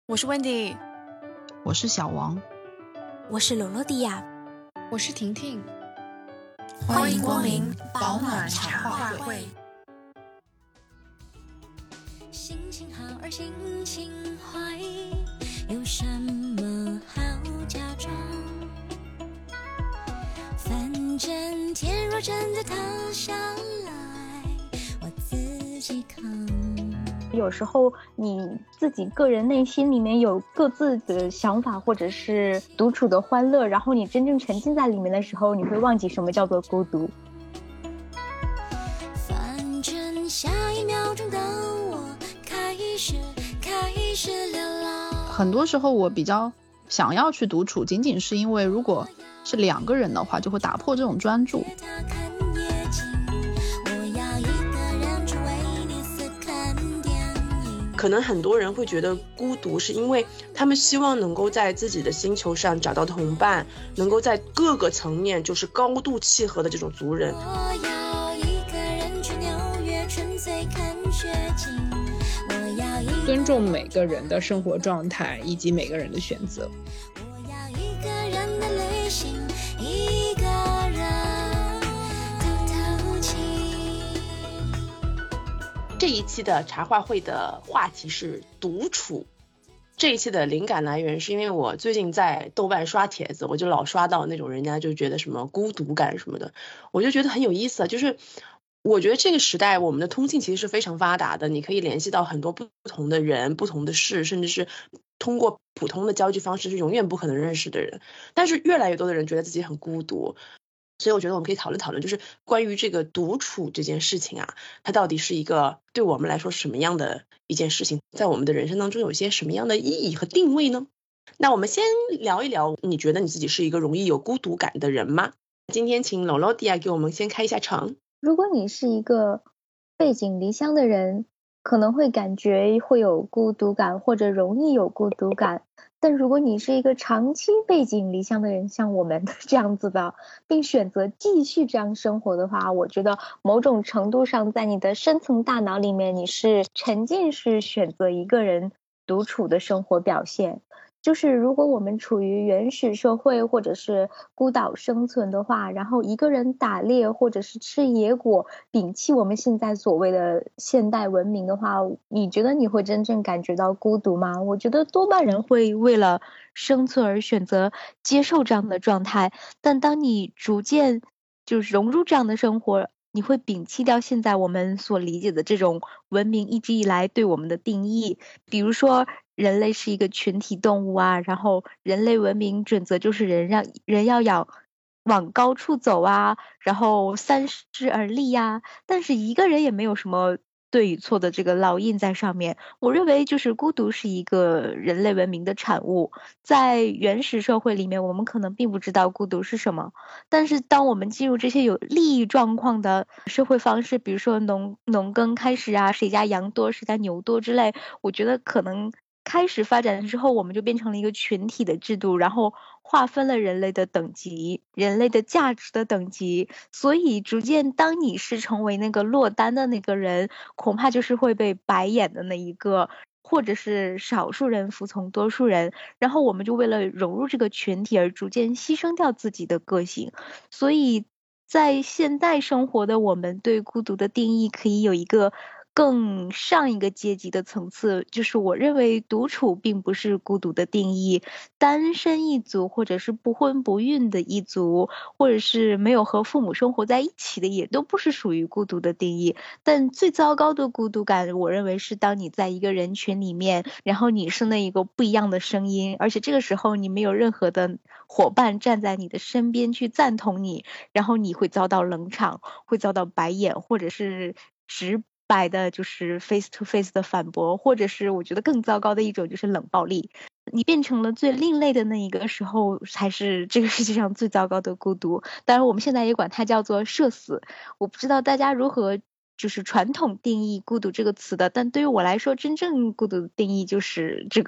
我是 Wendy， 我是小王， 我是罗罗迪亚， 我是婷婷。 欢迎光临保暖茶话会。 心情好而心情坏，有什么好假装？反正天若真的塌下来，我自己扛。 有时候你自己个人内心里面有各自的想法，或者是独处的欢乐，然后你真正沉浸在里面的时候，你会忘记什么叫做孤独。 反正下一秒钟的我开始流浪。 很多时候我比较想要去独处，仅仅是因为如果是两个人的话，就会打破这种专注。 可能很多人会觉得孤独是因为他们希望能够在自己的星球上找到同伴，能够在各个层面就是高度契合的这种族人。 我要一个人去纽约纯粹看雪景，我要尊重每个人的生活状态以及每个人的选择。 我要一个人的旅行，一个人透气。 这一期的茶话会的话题是独处。这一期的灵感来源是因为我最近在豆瓣刷帖子，我就老刷到那种人家就觉得什么孤独感什么的，我就觉得很有意思啊。就是我觉得这个时代我们的通信其实是非常发达的，你可以联系到很多不同的人、不同的事，甚至是通过普通的交际方式是永远不可能认识的人，但是越来越多的人觉得自己很孤独。所以我觉得我们可以讨论讨论，就是关于这个独处这件事情啊，它到底是一个对我们来说什么样的一件事情，在我们的人生当中有些什么样的意义和定位呢？那我们先聊一聊，你觉得你自己是一个容易有孤独感的人吗？今天请罗罗迪亚给我们先开一下场。 如果你是一个背井离乡的人，可能会感觉会有孤独感，或者容易有孤独感。但如果你是一个长期背井离乡的人，像我们这样子的，并选择继续这样生活的话，我觉得某种程度上在你的深层大脑里面，你是沉浸式选择一个人独处的生活表现。就是如果我们处于原始社会或者是孤岛生存的话，然后一个人打猎或者是吃野果，摒弃我们现在所谓的现代文明的话，你觉得你会真正感觉到孤独吗？我觉得多半人会为了生存而选择接受这样的状态，但当你逐渐就是融入这样的生活，你会摒弃掉现在我们所理解的这种文明一直以来对我们的定义，比如说人类是一个群体动物啊，然后人类文明准则就是人要往高处走啊，然后三十而立啊，但是一个人也没有什么对与错的这个烙印在上面。我认为就是孤独是一个人类文明的产物，在原始社会里面我们可能并不知道孤独是什么，但是当我们进入这些有利益状况的社会方式，比如说农耕开始啊，谁家羊多谁家牛多之类，我觉得可能开始发展之后，我们就变成了一个群体的制度，然后划分了人类的等级，人类的价值的等级，所以逐渐当你是成为那个落单的那个人，恐怕就是会被白眼的那一个，或者是少数人服从多数人，然后我们就为了融入这个群体而逐渐牺牲掉自己的个性。所以在现代生活的我们对孤独的定义可以有一个更上一个阶级的层次，就是我认为独处并不是孤独的定义，单身一族或者是不婚不孕的一族，或者是没有和父母生活在一起的，也都不是属于孤独的定义。但最糟糕的孤独感，我认为是当你在一个人群里面，然后你是那一个不一样的声音，而且这个时候你没有任何的伙伴站在你的身边去赞同你，然后你会遭到冷场，会遭到白眼，或者是直白的就是 face to face 的反驳，或者是我觉得更糟糕的一种就是冷暴力。你变成了最另类的那一个时候，才是这个世界上最糟糕的孤独。当然我们现在也管它叫做社死。我不知道大家如何就是传统定义孤独这个词的，但对于我来说真正孤独的定义就是这个。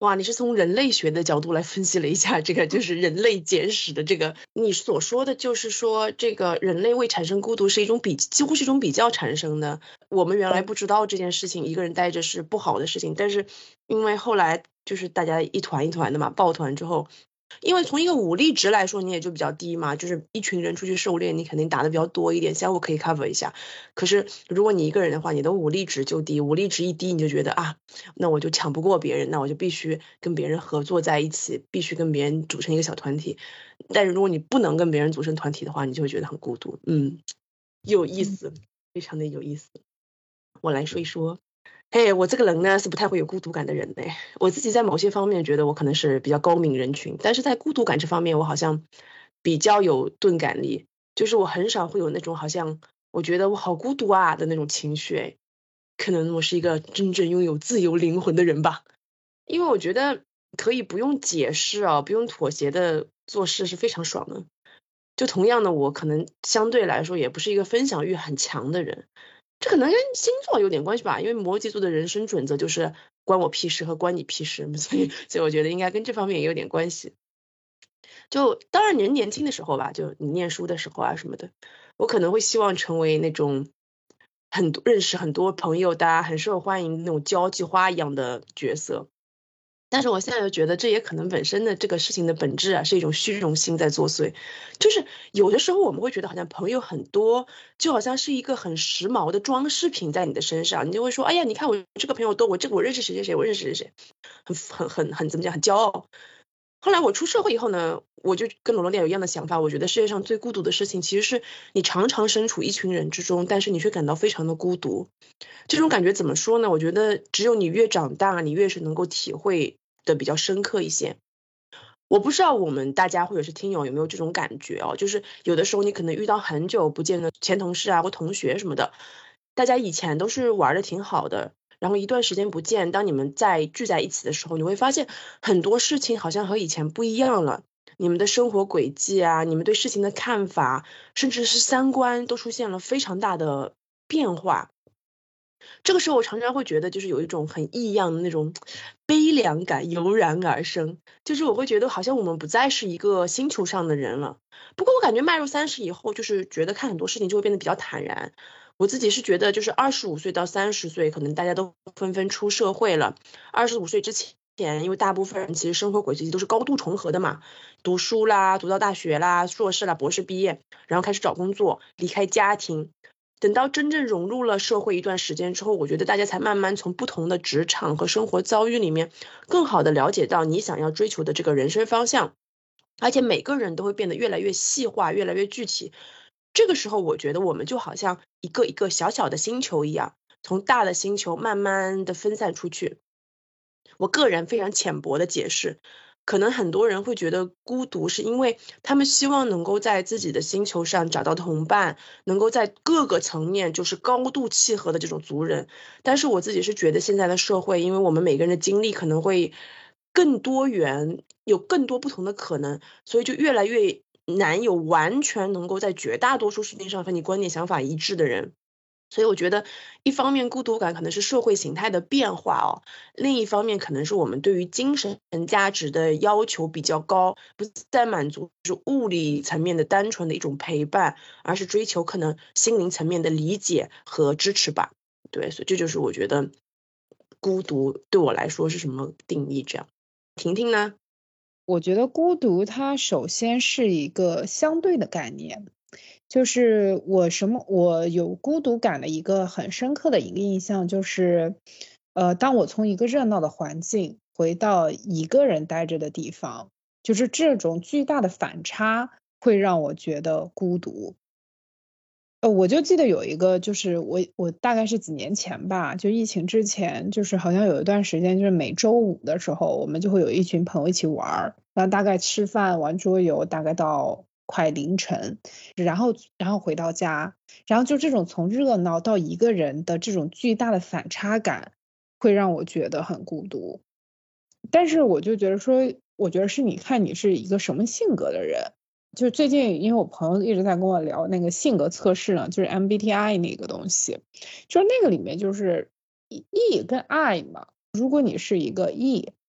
哇，你是从人类学的角度来分析了一下这个就是人类简史的这个，你所说的就是说这个人类为产生孤独是一种几乎是一种比较产生的。我们原来不知道这件事情一个人待着是不好的事情，但是因为后来就是大家一团一团的嘛，抱团之后，因为从一个武力值来说你也就比较低嘛，就是一群人出去狩猎你肯定打的比较多一点，相互可以 cover 一下。可是如果你一个人的话，你的武力值就低，武力值一低你就觉得啊，那我就抢不过别人，那我就必须跟别人合作在一起，必须跟别人组成一个小团体。但是如果你不能跟别人组成团体的话，你就会觉得很孤独。有意思，非常的有意思。我来说一说，我这个人呢是不太会有孤独感的人呢。我自己在某些方面觉得我可能是比较高敏人群，但是在孤独感这方面我好像比较有钝感力，就是我很少会有那种好像我觉得我好孤独啊的那种情绪。可能我是一个真正拥有自由灵魂的人吧，因为我觉得可以不用解释啊，不用妥协的做事是非常爽的。就同样的，我可能相对来说也不是一个分享欲很强的人，这可能跟星座有点关系吧，因为摩羯座的人生准则就是关我屁事和关你屁事，所以我觉得应该跟这方面也有点关系。就当然人年轻的时候吧，就你念书的时候啊什么的，我可能会希望成为那种认识很多朋友的很受欢迎那种交际花一样的角色。但是我现在又觉得这也可能本身的这个事情的本质啊是一种虚荣心在作祟，就是有的时候我们会觉得好像朋友很多就好像是一个很时髦的装饰品在你的身上，你就会说哎呀你看我这个朋友多，我认识谁谁谁，我认识谁谁，很怎么讲，很骄傲。后来我出社会以后呢，我就跟罗罗店有一样的想法，我觉得世界上最孤独的事情其实是你常常身处一群人之中，但是你却感到非常的孤独。这种感觉怎么说呢？我觉得只有你越长大，你越是能够体会的比较深刻一些。我不知道我们大家或者是听友有没有这种感觉哦，就是有的时候你可能遇到很久不见的前同事啊或同学什么的，大家以前都是玩的挺好的，然后一段时间不见，当你们再聚在一起的时候，你会发现很多事情好像和以前不一样了，你们的生活轨迹啊，你们对事情的看法，甚至是三观都出现了非常大的变化。这个时候我常常会觉得就是有一种很异样的那种悲凉感油然而生，就是我会觉得好像我们不再是一个星球上的人了。不过我感觉迈入30以后，就是觉得看很多事情就会变得比较坦然。我自己是觉得就是25岁到30岁可能大家都纷纷出社会了，25岁之前因为大部分人其实生活轨迹都是高度重合的嘛，读书啦，读到大学啦，硕士啦，博士毕业，然后开始找工作，离开家庭，等到真正融入了社会一段时间之后，我觉得大家才慢慢从不同的职场和生活遭遇里面更好的了解到你想要追求的这个人生方向，而且每个人都会变得越来越细化，越来越具体。这个时候我觉得我们就好像一个一个小小的星球一样，从大的星球慢慢的分散出去。我个人非常浅薄的解释，可能很多人会觉得孤独是因为他们希望能够在自己的星球上找到同伴，能够在各个层面就是高度契合的这种族人。但是我自己是觉得现在的社会，因为我们每个人的经历可能会更多元，有更多不同的可能，所以就越来越难有完全能够在绝大多数事情上和你观点想法一致的人。所以我觉得一方面孤独感可能是社会形态的变化哦，另一方面可能是我们对于精神价值的要求比较高，不再满足就是物理层面的单纯的一种陪伴，而是追求可能心灵层面的理解和支持吧。对，所以这就是我觉得孤独对我来说是什么定义这样。婷婷呢？ 我觉得孤独它首先是一个相对的概念，就是我有孤独感的一个很深刻的一个印象就是当我从一个热闹的环境回到一个人待着的地方，就是这种巨大的反差会让我觉得孤独。我就记得有一个就是我大概是几年前吧，就疫情之前，就是好像有一段时间就是每周五的时候我们就会有一群朋友一起玩，然后大概吃饭玩桌游大概到快凌晨，然后回到家，然后就这种从热闹到一个人的这种巨大的反差感会让我觉得很孤独。但是我就觉得说，我觉得是你看你是一个什么性格的人，就是最近因为我朋友一直在跟我聊那个性格测试呢，就是 MBTI 那个东西，就是那个里面就是 E 跟 I 嘛，如果你是一个 E，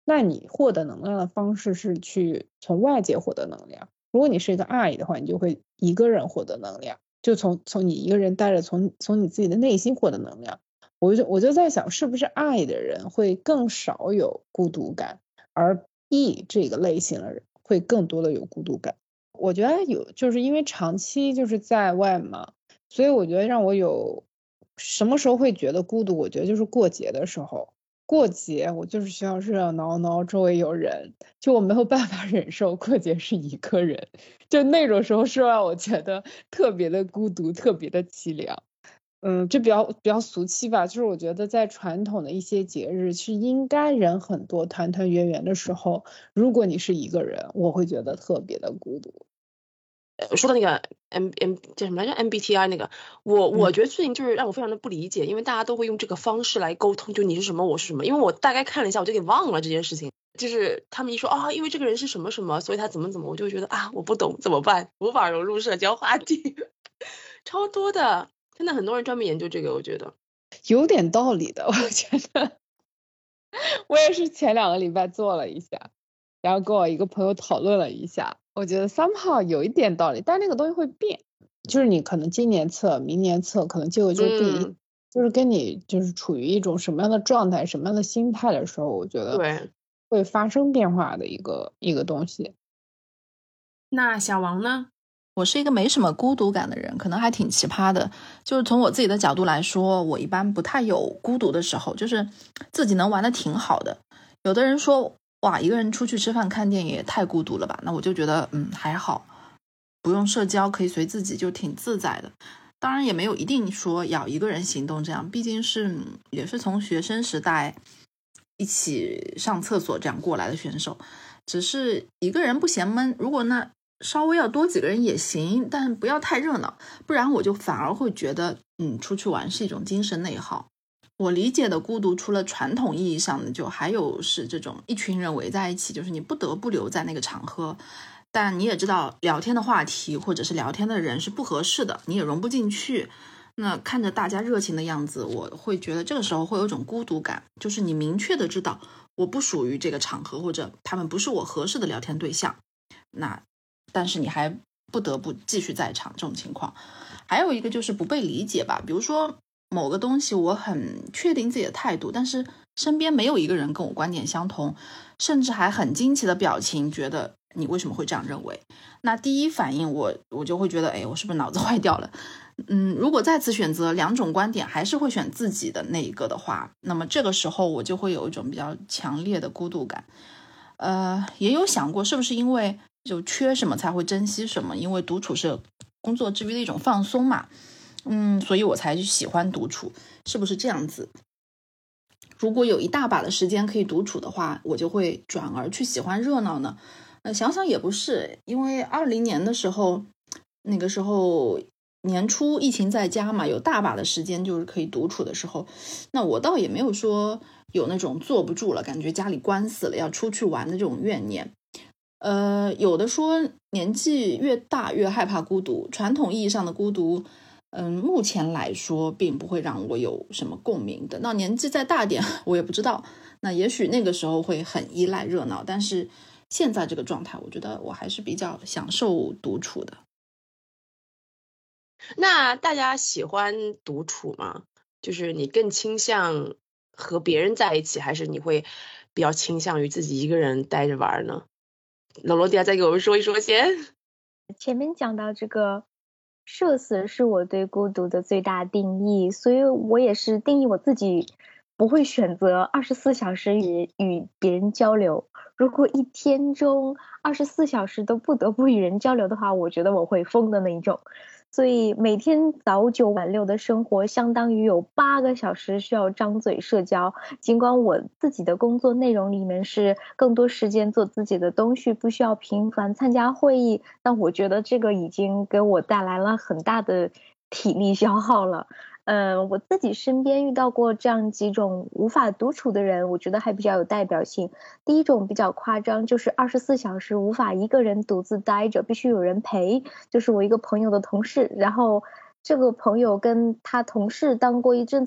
那你获得能量的方式是去从外界获得能量。如果你是一个 I 的话，你就会一个人获得能量，就从你一个人待着，从你自己的内心获得能量。我就在想，是不是 I 的人会更少有孤独感，而 E 这个类型的人会更多的有孤独感。我觉得就是因为长期就是在外嘛，所以我觉得让我有什么时候会觉得孤独，我觉得就是过节的时候。过节我就是需要热热闹闹，周围有人，就我没有办法忍受过节是一个人，就那种时候是让我觉得特别的孤独，特别的凄凉。这比较俗气吧，就是我觉得在传统的一些节日是应该人很多，团团圆圆的时候，如果你是一个人，我会觉得特别的孤独。 说到那个 叫什么来着 MBTI 那个，我觉得最近就是让我非常的不理解，因为大家都会用这个方式来沟通，就你是什么我是什么，因为我大概看了一下我就给忘了这件事情，就是他们一说啊，因为这个人是什么什么，所以他怎么怎么，我就觉得啊我不懂怎么办，无法融入社交话题超多的，现在很多人专门研究这个，我觉得有点道理的，我觉得我也是前2个礼拜做了一下，然后跟我一个朋友讨论了一下，我觉得 somehow 有一点道理，但那个东西会变，就是你可能今年测明年测可能就不一，就是跟你就是处于一种什么样的状态什么样的心态的时候，我觉得对会发生变化的一个东西。 那小王呢？ 我是一个没什么孤独感的人，可能还挺奇葩的。就是从我自己的角度来说，我一般不太有孤独的时候，就是自己能玩得挺好的。有的人说，哇，一个人出去吃饭看电影也太孤独了吧？那我就觉得，还好，不用社交，可以随自己，就挺自在的。当然也没有一定说要一个人行动这样，毕竟也是从学生时代一起上厕所这样过来的选手，只是一个人不嫌闷。如果那稍微要多几个人也行，但不要太热闹，不然我就反而会觉得出去玩是一种精神内耗。我理解的孤独除了传统意义上的，就还有是这种一群人围在一起，就是你不得不留在那个场合，但你也知道聊天的话题或者是聊天的人是不合适的，你也融不进去。那看着大家热情的样子，我会觉得这个时候会有一种孤独感，就是你明确的知道我不属于这个场合，或者他们不是我合适的聊天对象，但是你还不得不继续在场，这种情况。还有一个就是不被理解吧，比如说某个东西我很确定自己的态度，但是身边没有一个人跟我观点相同，甚至还很惊奇的表情，觉得你为什么会这样认为。那第一反应我就会觉得，我是不是脑子坏掉了。如果再次选择2种观点还是会选自己的那一个的话，那么这个时候我就会有一种比较强烈的孤独感。也有想过是不是因为就缺什么才会珍惜什么，因为独处是工作之余的一种放松嘛，所以我才喜欢独处，是不是这样子？如果有一大把的时间可以独处的话，我就会转而去喜欢热闹呢？想想也不是，因为20年的时候，那个时候年初疫情在家嘛，有大把的时间就是可以独处的时候，那我倒也没有说有那种坐不住了，感觉家里关死了要出去玩的这种怨念。有的说年纪越大越害怕孤独，传统意义上的孤独目前来说并不会让我有什么共鸣的。那年纪再大点我也不知道，那也许那个时候会很依赖热闹，但是现在这个状态我觉得我还是比较享受独处的。 那大家喜欢独处吗？就是你更倾向和别人在一起，还是你会比较倾向于自己一个人待着玩呢？罗罗迪亚再给我们说一说先。 前面讲到这个社死是我对孤独的最大定义，所以我也是定义我自己不会选择24小时与别人交流。如果一天中24小时都不得不与人交流的话，我觉得我会疯的那一种。所以每天早9晚6的生活，相当于有8个小时需要张嘴社交。尽管我自己的工作内容里面是更多时间做自己的东西，不需要频繁参加会议，但我觉得这个已经给我带来了很大的体力消耗了。我自己身边遇到过这样几种无法独处的人，我觉得还比较有代表性。第一种比较夸张，就是24小时无法一个人独自待着，必须有人陪。就是我一个朋友的同事，然后这个朋友跟他同事当过一阵子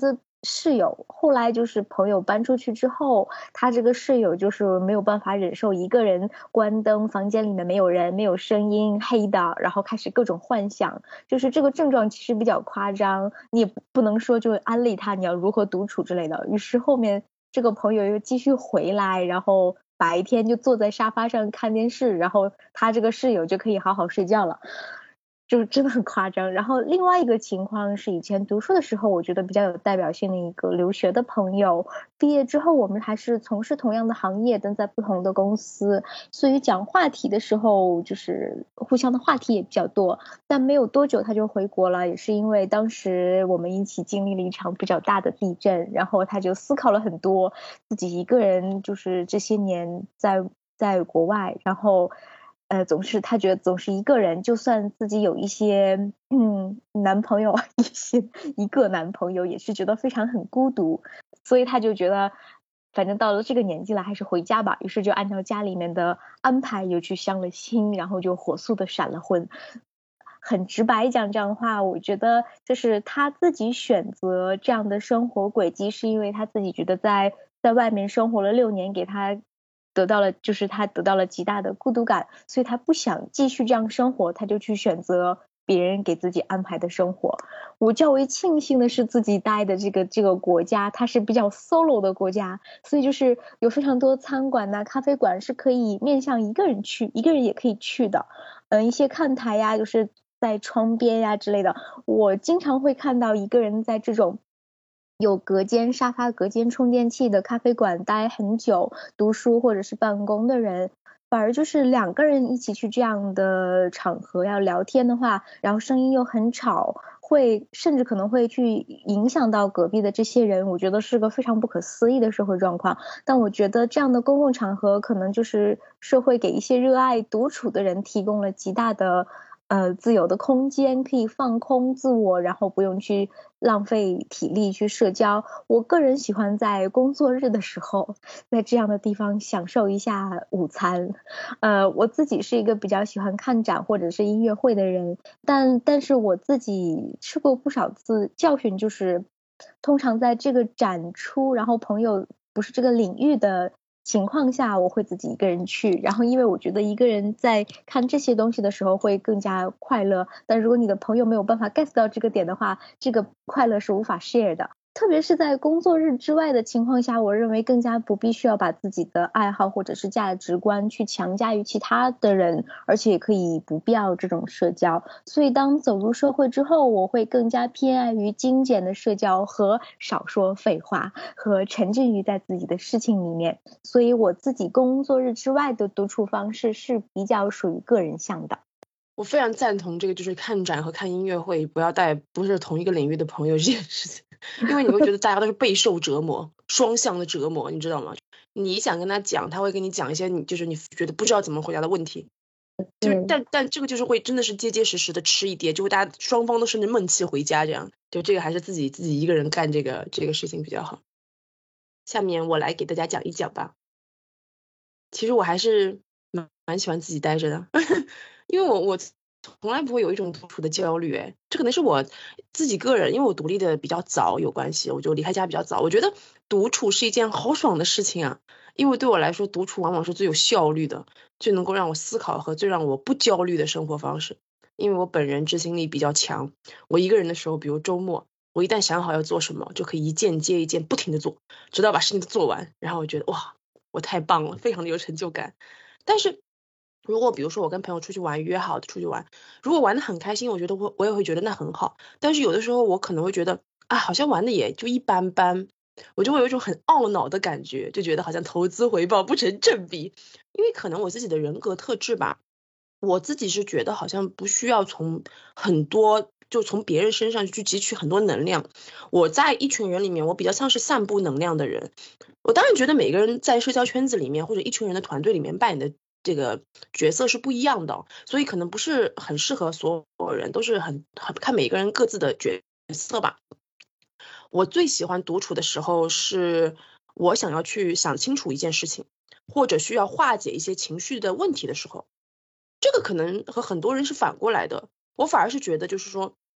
室友，后来就是朋友搬出去之后，他这个室友就是没有办法忍受一个人关灯，房间里面没有人，没有声音，黑的，然后开始各种幻想，就是这个症状其实比较夸张，你也不能说就安利他你要如何独处之类的。于是后面这个朋友又继续回来，然后白天就坐在沙发上看电视，然后他这个室友就可以好好睡觉了。就是真的很夸张。然后另外一个情况是以前读书的时候，我觉得比较有代表性的一个留学的朋友，毕业之后我们还是从事同样的行业，但在不同的公司，所以讲话题的时候就是互相的话题也比较多。但没有多久他就回国了，也是因为当时我们一起经历了一场比较大的地震，然后他就思考了很多，自己一个人就是这些年在国外，然后他觉得总是一个人，就算自己有一些男朋友，一个男朋友也是觉得非常很孤独，所以他就觉得反正到了这个年纪了，还是回家吧。于是就按照家里面的安排，又去相了亲，然后就火速的闪了婚。很直白讲这样的话，我觉得就是他自己选择这样的生活轨迹，是因为他自己觉得在外面生活了6年，给他得到了极大的孤独感，所以他不想继续这样生活，他就去选择别人给自己安排的生活。我较为庆幸的是自己待的这个国家，它是比较 solo 的国家，所以就是有非常多餐馆呐、咖啡馆是可以面向一个人去，一个人也可以去的。一些看台呀，就是在窗边呀之类的，我经常会看到一个人在这种有隔间沙发、隔间充电器的咖啡馆待很久，读书或者是办公的人。反而就是2个人一起去这样的场合要聊天的话，然后声音又很吵，甚至可能会去影响到隔壁的这些人，我觉得是个非常不可思议的社会状况。但我觉得这样的公共场合可能就是社会给一些热爱独处的人提供了极大的自由的空间，可以放空自我，然后不用去浪费体力去社交。我个人喜欢在工作日的时候，在这样的地方享受一下午餐。我自己是一个比较喜欢看展或者是音乐会的人，但是我自己吃过不少次教训，就是通常在这个展出，然后朋友不是这个领域的情况下，我会自己一个人去，然后因为我觉得一个人在看这些东西的时候会更加快乐，但如果你的朋友没有办法 get 到这个点的话，这个快乐是无法 share 的。特别是在工作日之外的情况下，我认为更加不必须要把自己的爱好或者是价值观去强加于其他的人，而且也可以不必要这种社交。所以当走入社会之后，我会更加偏爱于精简的社交和少说废话，和沉浸于在自己的事情里面。所以我自己工作日之外的独处方式是比较属于个人向的。 我非常赞同这个，就是看展和看音乐会不要带不是同一个领域的朋友这件事情，因为你会觉得大家都是备受折磨，双向的折磨，你知道吗？你想跟他讲，他会跟你讲一些你觉得不知道怎么回答的问题，就是但这个就是会真的是结结实实的吃一碟，就会大家双方都甚至闷气回家这样，就这个还是自己一个人干这个事情比较好。下面我来给大家讲一讲吧。其实我还是蛮喜欢自己待着的。因为我从来不会有一种独处的焦虑，这可能是我自己个人，因为我独立的比较早有关系，我就离开家比较早。我觉得独处是一件好爽的事情啊，因为对我来说，独处往往是最有效率的，最能够让我思考和最让我不焦虑的生活方式。因为我本人执行力比较强，我一个人的时候，比如周末，我一旦想好要做什么，就可以一件接一件不停的做，直到把事情都做完，然后我觉得哇，我太棒了，非常的有成就感。但是如果比如说我跟朋友出去玩，约好的出去玩，如果玩得很开心，我觉得我也会觉得那很好。但是有的时候我可能会觉得啊，好像玩的也就一般般，我就会有一种很懊恼的感觉，就觉得好像投资回报不成正比。因为可能我自己的人格特质吧，我自己是觉得好像不需要从别人身上去汲取很多能量。我在一群人里面，我比较像是散布能量的人。我当然觉得每个人在社交圈子里面或者一群人的团队里面扮演的这个角色是不一样的，所以可能不是很适合所有人，都是很看每个人各自的角色吧。我最喜欢独处的时候是我想要去想清楚一件事情，或者需要化解一些情绪的问题的时候。这个可能和很多人是反过来的，我反而是觉得就是说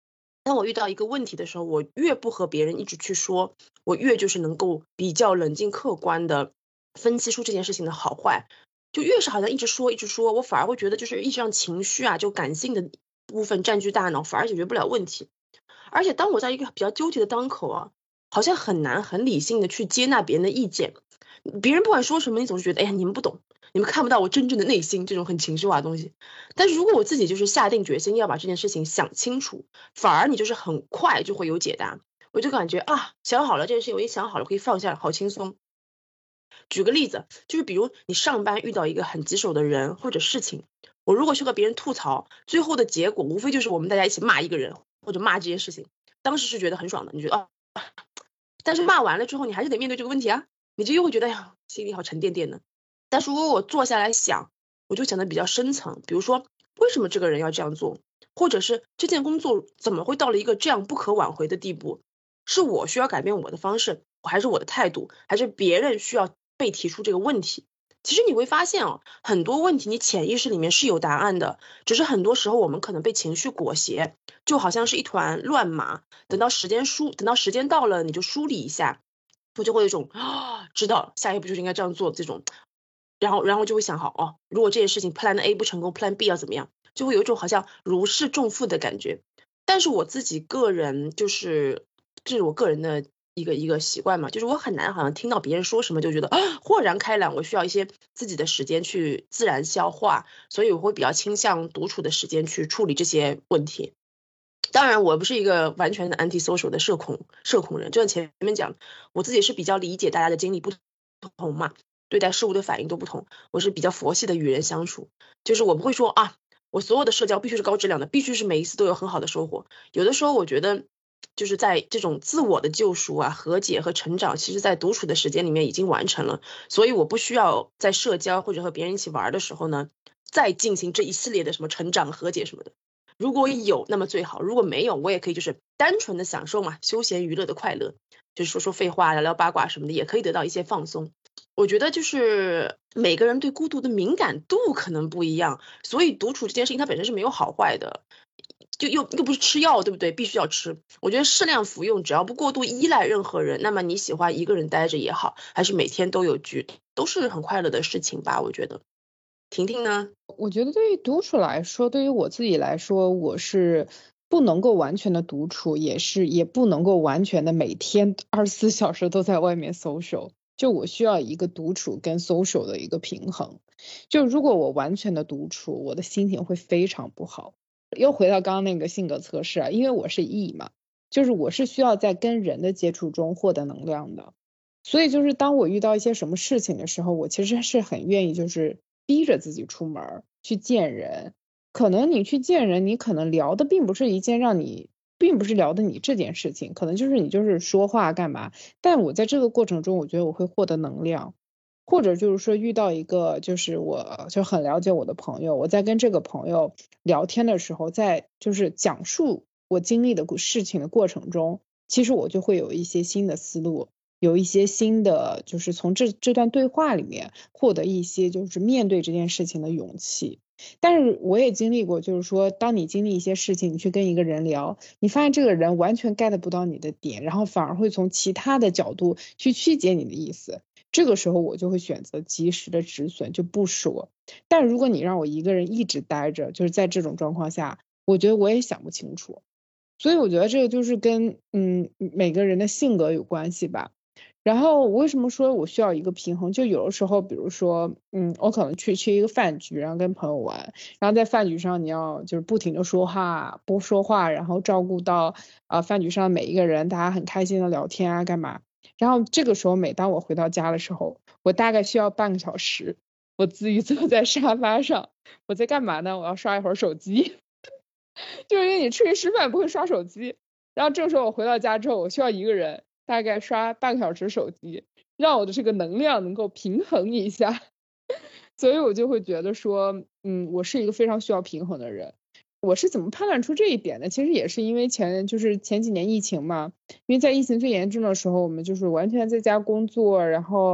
当我遇到一个问题的时候，我越不和别人一直去说，我越就是能够比较冷静客观的分析出这件事情的好坏。就越是好像一直说，我反而会觉得就是一直让情绪啊，就感性的部分占据大脑，反而解决不了问题。而且当我在一个比较纠结的当口啊，好像很难很理性的去接纳别人的意见。别人不管说什么，你总是觉得，哎呀，你们不懂，你们看不到我真正的内心，这种很情绪化的东西。但是如果我自己就是下定决心要把这件事情想清楚，反而你就是很快就会有解答。我就感觉啊，想好了这件事情，我一想好了，可以放下了，好轻松。举个例子，就是比如你上班遇到一个很棘手的人或者事情，我如果去和别人吐槽，最后的结果无非就是我们大家一起骂一个人或者骂这件事情，当时是觉得很爽的，你觉得啊，但是骂完了之后，你还是得面对这个问题啊，你就又会觉得呀，心里好沉甸甸的。但是如果我坐下来想，我就想的比较深层，比如说为什么这个人要这样做，或者是这件工作怎么会到了一个这样不可挽回的地步，是我需要改变我的方式，还是我的态度，还是别人需要被提出这个问题。其实你会发现哦，很多问题你潜意识里面是有答案的，只是很多时候我们可能被情绪裹挟，就好像是一团乱麻，等到时间到了，你就梳理一下，我就会有一种知道下一步就是应该这样做这种，然后就会想好哦，如果这件事情 Plan A 不成功 ，Plan B 要怎么样，就会有一种好像如释重负的感觉。但是我自己个人就是这是我个人的一个习惯嘛，就是我很难好像听到别人说什么就觉得豁然开朗，我需要一些自己的时间去自然消化，所以我会比较倾向独处的时间去处理这些问题。当然我不是一个完全的 anti-social 的社恐人，就像前面讲，我自己是比较理解大家的经历不同嘛，对待事物的反应都不同，我是比较佛系的与人相处，就是我不会说啊，我所有的社交必须是高质量的，必须是每一次都有很好的收获。有的时候我觉得就是在这种自我的救赎啊、和解和成长，其实在独处的时间里面已经完成了，所以我不需要在社交或者和别人一起玩的时候呢，再进行这一系列的什么成长、和解什么的。如果有那么最好，如果没有我也可以就是单纯的享受嘛，休闲娱乐的快乐，就是说说废话、聊聊八卦什么的，也可以得到一些放松。我觉得就是每个人对孤独的敏感度可能不一样，所以独处这件事情它本身是没有好坏的，就又不是吃药，对不对？必须要吃。我觉得适量服用，只要不过度依赖任何人，那么你喜欢一个人待着也好，还是每天都有局，都是很快乐的事情吧，我觉得。婷婷呢？ 我觉得对于独处来说，对于我自己来说，我是不能够完全的独处，也不能够完全的每天24小时都在外面 social。就我需要一个独处跟 social 的一个平衡。就如果我完全的独处，我的心情会非常不好。又回到刚刚那个性格测试啊，因为我是 E 嘛，就是我是需要在跟人的接触中获得能量的。所以就是当我遇到一些什么事情的时候，我其实是很愿意就是逼着自己出门去见人。可能你去见人，你可能聊的并不是聊的你这件事情，可能就是你就是说话干嘛，但我在这个过程中我觉得我会获得能量。或者就是说遇到一个就是我就很了解我的朋友，我在跟这个朋友聊天的时候，在就是讲述我经历的事情的过程中，其实我就会有一些新的思路，有一些新的就是从这段对话里面获得一些就是面对这件事情的勇气。但是我也经历过，就是说当你经历一些事情，你去跟一个人聊，你发现这个人完全 get 不到你的点，然后反而会从其他的角度去曲解你的意思，这个时候我就会选择及时的止损，就不说。但如果你让我一个人一直待着，就是在这种状况下，我觉得我也想不清楚。所以我觉得这个就是跟每个人的性格有关系吧。然后我为什么说我需要一个平衡，就有的时候比如说我可能去一个饭局，然后跟朋友玩，然后在饭局上你要就是不停的说话不说话，然后照顾到饭局上每一个人，大家很开心的聊天啊干嘛。然后这个时候每当我回到家的时候，我大概需要半个小时，我自己坐在沙发上，我在干嘛呢？我要刷一会儿手机就是因为你出去吃饭不会刷手机，然后这个时候我回到家之后，我需要一个人大概刷半个小时手机，让我的这个能量能够平衡一下。所以我就会觉得说我是一个非常需要平衡的人。我是怎么判断出这一点的？其实也是因为前几年疫情嘛，因为在疫情最严重的时候，我们就是完全在家工作，然后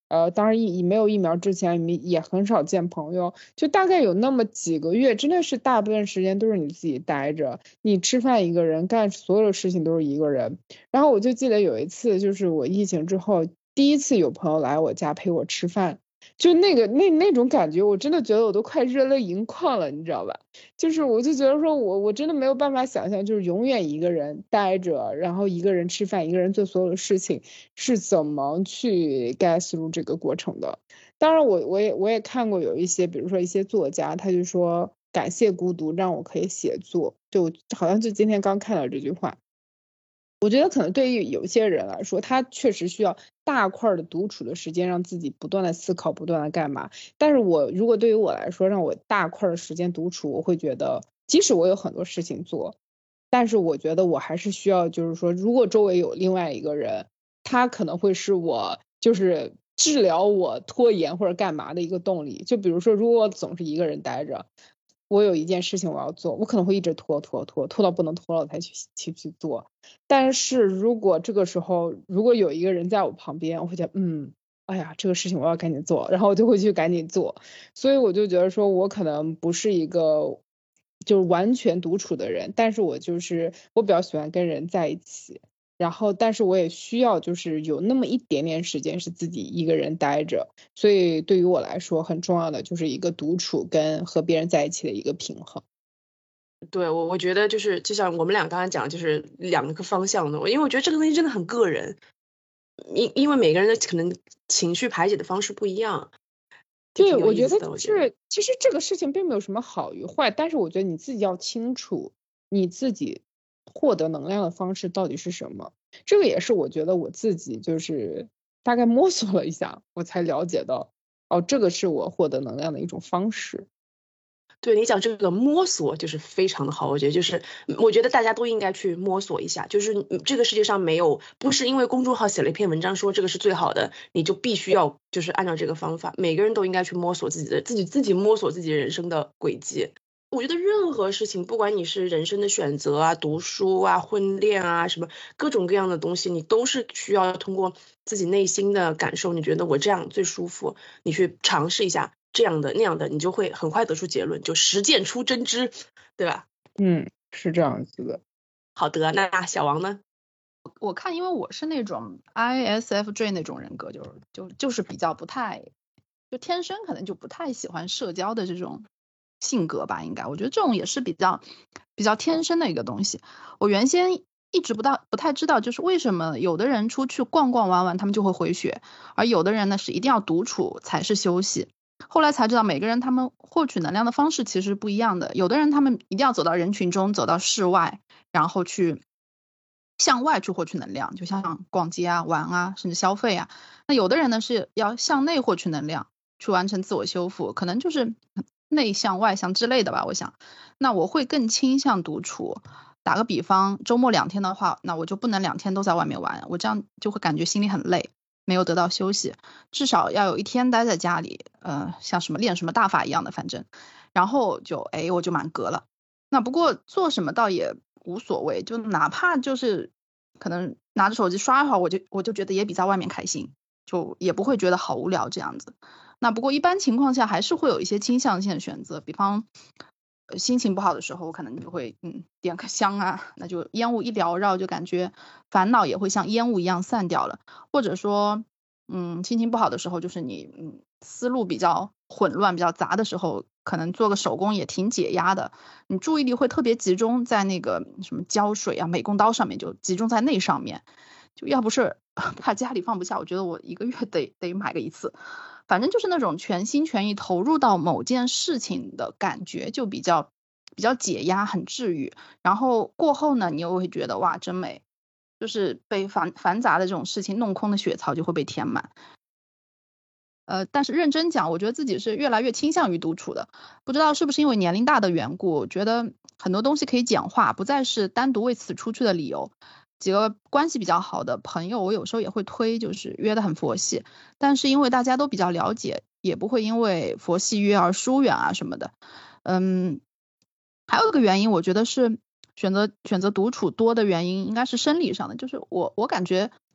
当然没有疫苗之前也很少见朋友，就大概有那么几个月，真的是大部分时间都是你自己待着，你吃饭一个人，干所有事情都是一个人。然后我就记得有一次，就是我疫情之后第一次有朋友来我家陪我吃饭，就那种感觉，我真的觉得我都快热泪盈眶了，你知道吧？就是我就觉得说我真的没有办法想象，就是永远一个人待着，然后一个人吃饭，一个人做所有的事情是怎么去 get through 这个过程的。当然我也看过有一些，比如说一些作家，他就说感谢孤独让我可以写作，就好像就今天刚看到这句话。我觉得可能对于有些人来说，他确实需要大块的独处的时间，让自己不断的思考，不断的干嘛。但是如果对于我来说，让我大块的时间独处，我会觉得，即使我有很多事情做，但是我觉得我还是需要，就是说，如果周围有另外一个人，他可能会是我就是治疗我拖延或者干嘛的一个动力。就比如说，如果我总是一个人待着，我有一件事情我要做，我可能会一直拖到不能拖了才去做。但是如果这个时候如果有一个人在我旁边，我会觉得哎呀，这个事情我要赶紧做，然后我就会去赶紧做。所以我就觉得说我可能不是一个就是完全独处的人，但是我比较喜欢跟人在一起，然后但是我也需要就是有那么一点点时间是自己一个人待着。所以对于我来说很重要的就是一个独处跟和别人在一起的一个平衡。 对，我觉得就是就像我们俩刚才讲，就是两个方向的，因为我觉得这个东西真的很个人，因为每个人的可能情绪排解的方式不一样。 对，我觉得就是其实这个事情并没有什么好与坏，但是我觉得你自己要清楚你自己获得能量的方式到底是什么。这个也是我觉得我自己就是大概摸索了一下，我才了解到这个是我获得能量的一种方式。 对，你讲这个摸索就是非常的好，我觉得大家都应该去摸索一下，就是这个世界上不是因为公众号写了一篇文章说这个是最好的，你就必须要就是按照这个方法，每个人都应该去摸索自己摸索自己人生的轨迹。我觉得任何事情，不管你是人生的选择啊、读书啊、婚恋啊，什么各种各样的东西，你都是需要通过自己内心的感受，你觉得我这样最舒服，你去尝试一下这样的那样的，你就会很快得出结论，就实践出真知，对吧？ 是这样子的。 好的，那小王呢？ 我看因为我是那种 ISFJ 那种人格，就是比较不太，就天生可能就不太喜欢社交的这种性格吧，应该我觉得这种也是比较天生的一个东西。我原先一直不太知道，就是为什么有的人出去逛逛玩玩他们就会回血，而有的人呢是一定要独处才是休息。后来才知道每个人他们获取能量的方式其实不一样的，有的人他们一定要走到人群中，走到室外，然后去向外去获取能量，就像逛街啊、玩啊，甚至消费啊。那有的人呢是要向内获取能量，去完成自我修复，可能就是内向外向之类的吧，我想。那我会更倾向独处。打个比方，周末2天的话，那我就不能2天都在外面玩，我这样就会感觉心里很累，没有得到休息，至少要有1天待在家里，像什么练什么大法一样的，反正，然后我就满格了。那不过做什么倒也无所谓，就哪怕就是可能拿着手机刷一会儿，我就觉得也比在外面开心，就也不会觉得好无聊这样子。那不过一般情况下还是会有一些倾向性的选择，比方心情不好的时候，我可能就会点个香啊，那就烟雾一缭绕，就感觉烦恼也会像烟雾一样散掉了。或者说心情不好的时候，就是你思路比较混乱比较杂的时候，可能做个手工也挺解压的，你注意力会特别集中在那个什么胶水啊、美工刀上面，就集中在那上面。就要不是怕家里放不下，我觉得我1个月得买个1次。反正就是那种全心全意投入到某件事情的感觉，就比较解压，很治愈。然后过后呢，你又会觉得哇真美，就是被繁杂的这种事情弄空的血槽就会被填满。但是认真讲，我觉得自己是越来越倾向于独处的。不知道是不是因为年龄大的缘故，我觉得很多东西可以简化，不再是单独为此出去的理由。几个关系比较好的朋友，我有时候也会推，就是约得很佛系，但是因为大家都比较了解，也不会因为佛系约而疏远啊什么的。还有一个原因，我觉得是选择独处多的原因，应该是生理上的，就是我感觉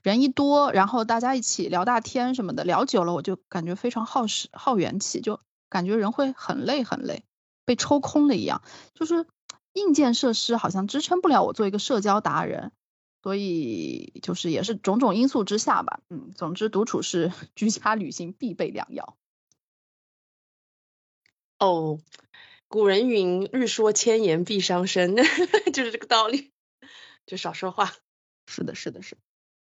人一多，然后大家一起聊大天什么的，聊久了我就感觉非常耗时耗元气，就感觉人会很累很累，被抽空了一样。就是硬件设施好像支撑不了我做一个社交达人，所以就是也是种种因素之下吧。总之独处是居家旅行必备良药。 哦，古人云日说千言必伤身，就是这个道理，就少说话。 是的是的是的。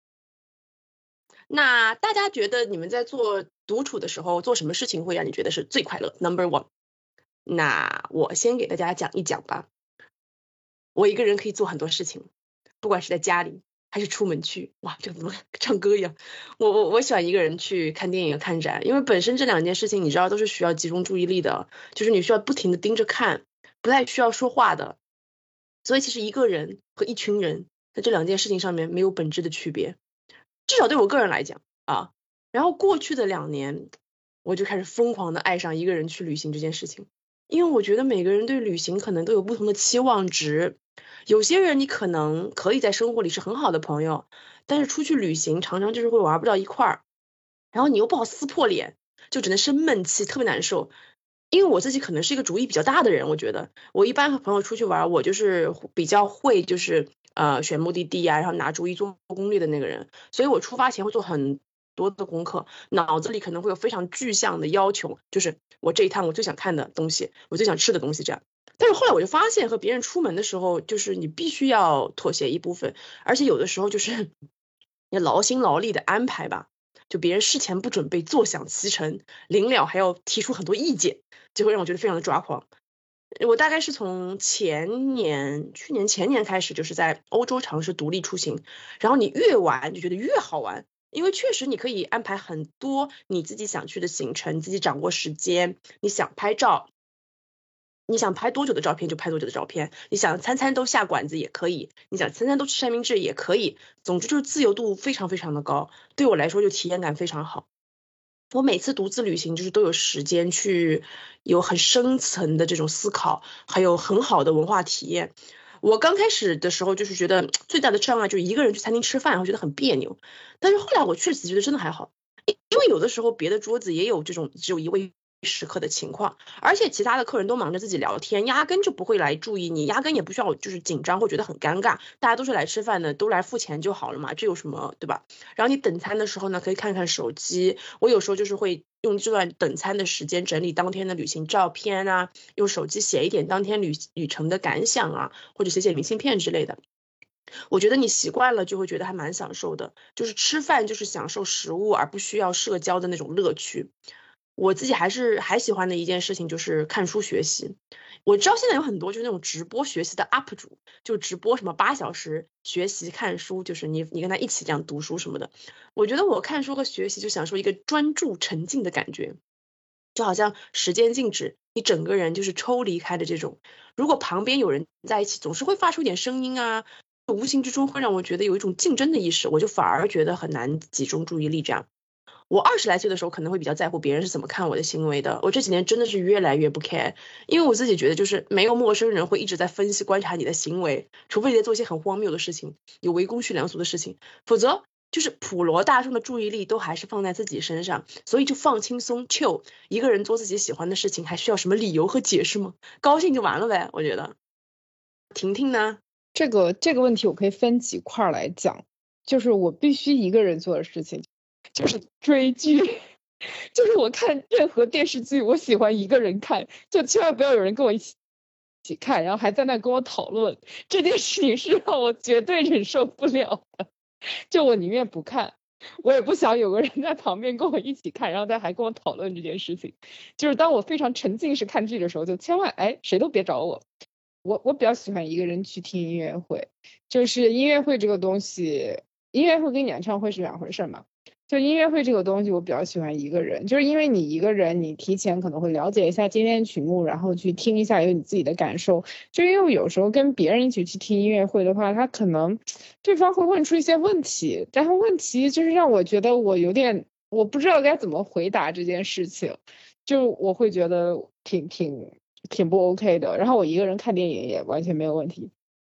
那大家觉得你们在做独处的时候做什么事情会让你觉得是最快乐 ？Number one。那我先给大家讲一讲吧。我一个人可以做很多事情，不管是在家里还是出门去。哇，这怎么唱歌一样？我喜欢一个人去看电影、看展，因为本身这两件事情你知道都是需要集中注意力的，就是你需要不停的盯着看，不太需要说话的。所以其实一个人和一群人在这两件事情上面没有本质的区别，至少对我个人来讲啊。然后过去的2年，我就开始疯狂的爱上一个人去旅行这件事情，因为我觉得每个人对旅行可能都有不同的期望值。有些人你可能可以在生活里是很好的朋友，但是出去旅行常常就是会玩不到一块儿，然后你又不好撕破脸，就只能生闷气，特别难受。因为我自己可能是一个主意比较大的人，我觉得我一般和朋友出去玩，我就是比较会就是选目的地啊，然后拿主意做攻略的那个人，所以我出发前会做很多的功课，脑子里可能会有非常具象的要求，就是我这一趟我最想看的东西，我最想吃的东西这样。但是后来我就发现和别人出门的时候，就是你必须要妥协一部分，而且有的时候就是你劳心劳力的安排吧，就别人事前不准备，坐享其成，临了还要提出很多意见，就会让我觉得非常的抓狂。我大概是从去年前年开始，就是在欧洲尝试独立出行，然后你越玩就觉得越好玩，因为确实你可以安排很多你自己想去的行程，你自己掌握时间，你想拍照，你想拍多久的照片就拍多久的照片，你想餐餐都下馆子也可以，你想餐餐都吃三明治也可以，总之就是自由度非常非常的高，对我来说就体验感非常好。我每次独自旅行就是都有时间去有很深层的这种思考，还有很好的文化体验。我刚开始的时候就是觉得最大的障碍就是一个人去餐厅吃饭，然后觉得很别扭，但是后来我确实觉得真的还好，因为有的时候别的桌子也有这种只有一位食客的情况，而且其他的客人都忙着自己聊天，压根就不会来注意你，压根也不需要就是紧张或觉得很尴尬，大家都是来吃饭的，都来付钱就好了嘛，这有什么对吧？然后你等餐的时候呢，可以看看手机，我有时候就是会用这段等餐的时间整理当天的旅行照片啊，用手机写一点当天旅程的感想啊，或者写写明信片之类的。我觉得你习惯了就会觉得还蛮享受的，就是吃饭就是享受食物而不需要社交的那种乐趣。我自己还喜欢的一件事情就是看书学习。我知道现在有很多就是那种直播学习的 UP 主，就直播什么8小时学习看书，就是你跟他一起这样读书什么的。我觉得我看书和学习就享受一个专注沉浸的感觉，就好像时间静止，你整个人就是抽离开的这种。如果旁边有人在一起，总是会发出一点声音啊，无形之中会让我觉得有一种竞争的意识，我就反而觉得很难集中注意力这样。我20来岁的时候可能会比较在乎别人是怎么看我的行为的，我这几年真的是越来越不 care， 因为我自己觉得就是没有陌生人会一直在分析观察你的行为，除非你在做一些很荒谬的事情，有违公序良俗的事情，否则就是普罗大众的注意力都还是放在自己身上，所以就放轻松 chill， 一个人做自己喜欢的事情还需要什么理由和解释吗？高兴就完了呗，我觉得。婷婷呢？ 这个问题我可以分几块来讲，就是我必须一个人做的事情就是追剧，就是我看任何电视剧我喜欢一个人看，就千万不要有人跟我一起看，然后还在那跟我讨论，这件事情是让我绝对忍受不了的，就我宁愿不看，我也不想有个人在旁边跟我一起看，然后他还跟我讨论这件事情。就是当我非常沉浸式看剧的时候，就千万谁都别找我。我比较喜欢一个人去听音乐会，就是音乐会这个东西，音乐会跟演唱会是两回事嘛。就音乐会这个东西我比较喜欢一个人，就是因为你一个人你提前可能会了解一下今天曲目，然后去听一下有你自己的感受。就因为有时候跟别人一起去听音乐会的话，他可能对方会问出一些问题，然后问题就是让我觉得我不知道该怎么回答这件事情，就我会觉得挺不 OK 的。然后我一个人看电影也完全没有问题，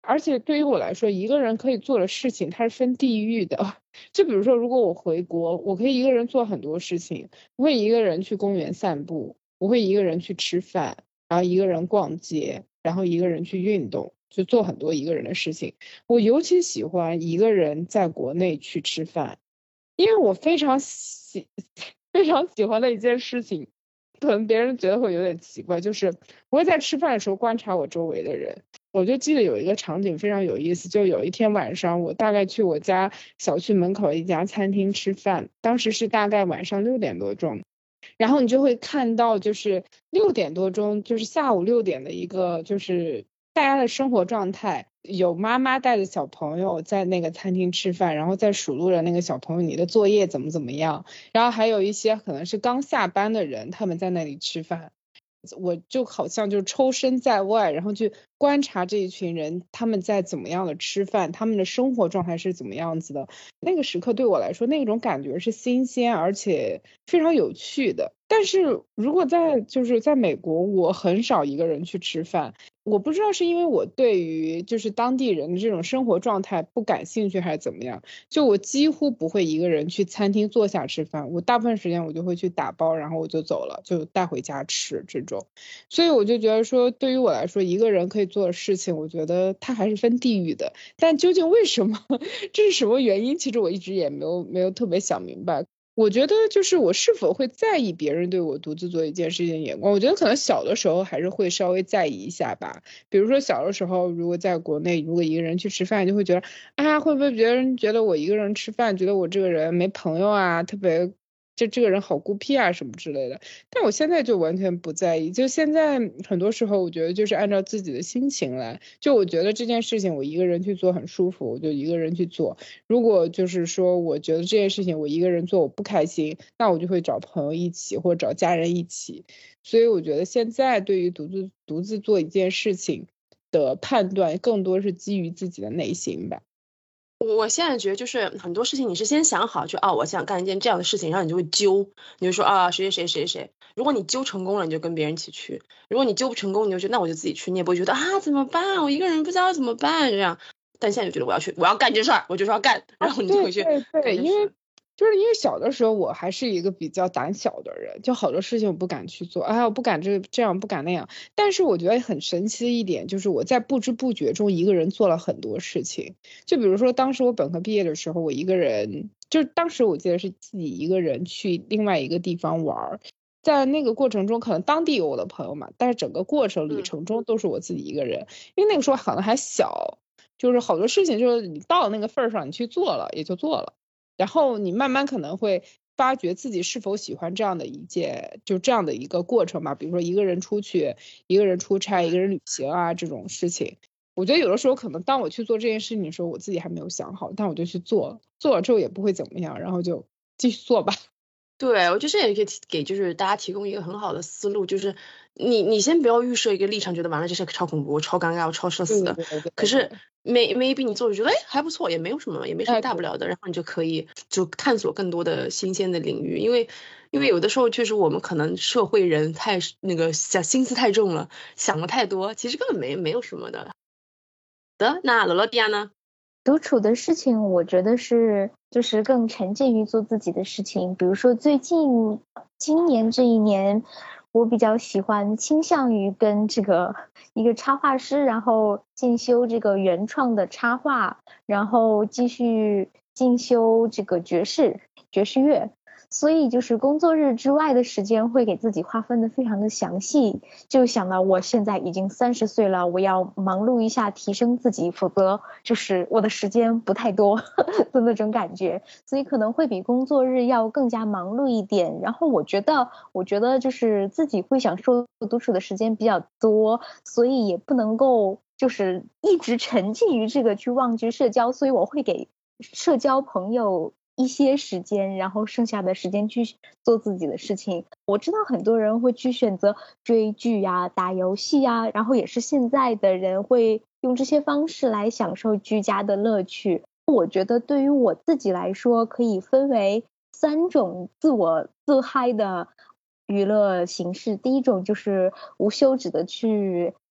而且对于我来说，一个人可以做的事情它是分地域的。就比如说，如果我回国，我可以一个人做很多事情，我会一个人去公园散步，我会一个人去吃饭，然后一个人逛街，然后一个人去运动，就做很多一个人的事情。我尤其喜欢一个人在国内去吃饭，因为我非常喜欢的一件事情，可能别人觉得会有点奇怪，就是我会在吃饭的时候观察我周围的人。我就记得有一个场景非常有意思，就有一天晚上，我大概去我家小区门口一家餐厅吃饭，当时是大概晚上6点多钟，然后你就会看到就是6点多钟，就是下午6点的一个就是大家的生活状态，有妈妈带着小朋友在那个餐厅吃饭，然后在数落着那个小朋友你的作业怎么样，然后还有一些可能是刚下班的人，他们在那里吃饭。我就好像就抽身在外，然后去观察这一群人他们在怎么样的吃饭，他们的生活状态是怎么样子的。那个时刻对我来说，那种感觉是新鲜而且非常有趣的。但是如果在美国，我很少一个人去吃饭。我不知道是因为我对于就是当地人的这种生活状态不感兴趣还是怎么样，就我几乎不会一个人去餐厅坐下吃饭，我大部分时间我就会去打包，然后我就走了，就带回家吃这种。所以我就觉得说，对于我来说，一个人可以做的事情，我觉得它还是分地域的。但究竟为什么，这是什么原因？其实我一直也没有特别想明白。我觉得就是我是否会在意别人对我独自做一件事情的眼光，我觉得可能小的时候还是会稍微在意一下吧。比如说小的时候，如果在国内，如果一个人去吃饭，就会觉得啊，会不会别人觉得我一个人吃饭，觉得我这个人没朋友啊，特别这个人好孤僻啊什么之类的。但我现在就完全不在意，就现在很多时候我觉得就是按照自己的心情来，就我觉得这件事情我一个人去做很舒服，我就一个人去做。如果就是说我觉得这件事情我一个人做我不开心，那我就会找朋友一起或者找家人一起。所以我觉得现在对于独自做一件事情的判断更多是基于自己的内心吧。 我现在觉得就是很多事情你是先想好，就我想干一件这样的事情，然后你就会揪，你就说谁。如果你揪成功了，你就跟别人一起去；如果你揪不成功，你就觉得那我就自己去，你也不会觉得怎么办，我一个人不知道怎么办这样。但现在就觉得我要去，我要干这事儿，我就是要干，然后你就会去干这事。 因为小的时候我还是一个比较胆小的人，就好多事情我不敢去做，我不敢这样不敢那样。但是我觉得很神奇的一点就是我在不知不觉中一个人做了很多事情。就比如说当时我本科毕业的时候，我一个人，就是当时我记得是自己一个人去另外一个地方玩，在那个过程中可能当地有我的朋友嘛，但是整个过程旅程中都是我自己一个人。因为那个时候可能还小，就是好多事情就是你到了那个份上你去做了也就做了，然后你慢慢可能会发觉自己是否喜欢这样的一个过程吧。比如说一个人出去，一个人出差，一个人旅行啊这种事情。我觉得有的时候可能当我去做这件事情的时候，我自己还没有想好，但我就去做了，做了之后也不会怎么样，然后就继续做吧。 对，我觉得这也可以给就是大家提供一个很好的思路，就是你先不要预设一个立场，觉得完了这事超恐怖、超尴尬、超社死的。可是maybe你做就觉得还不错，也没有什么，也没什么大不了的，然后你就可以就探索更多的新鲜的领域。因为有的时候确实我们可能社会人太那个心思太重了，想的太多，其实根本没有什么的。那罗罗蒂亚呢？ 独处的事情，我觉得是就是更沉浸于做自己的事情。比如说今年这一年，我比较倾向于跟一个插画师，然后进修这个原创的插画，然后继续进修这个爵士乐。所以就是工作日之外的时间会给自己划分的非常的详细，就想到我现在已经30岁了，我要忙碌一下提升自己，否则就是我的时间不太多的那种感觉，所以可能会比工作日要更加忙碌一点。然后我觉得就是自己会享受独处的时间比较多，所以也不能够就是一直沉浸于这个去忘记社交，所以我会给社交朋友一些时间，然后剩下的时间去做自己的事情。我知道很多人会去选择追剧呀、打游戏呀，然后也是现在的人会用这些方式来享受居家的乐趣。我觉得对于我自己来说，可以分为3种自嗨的娱乐形式。第一种就是无休止的去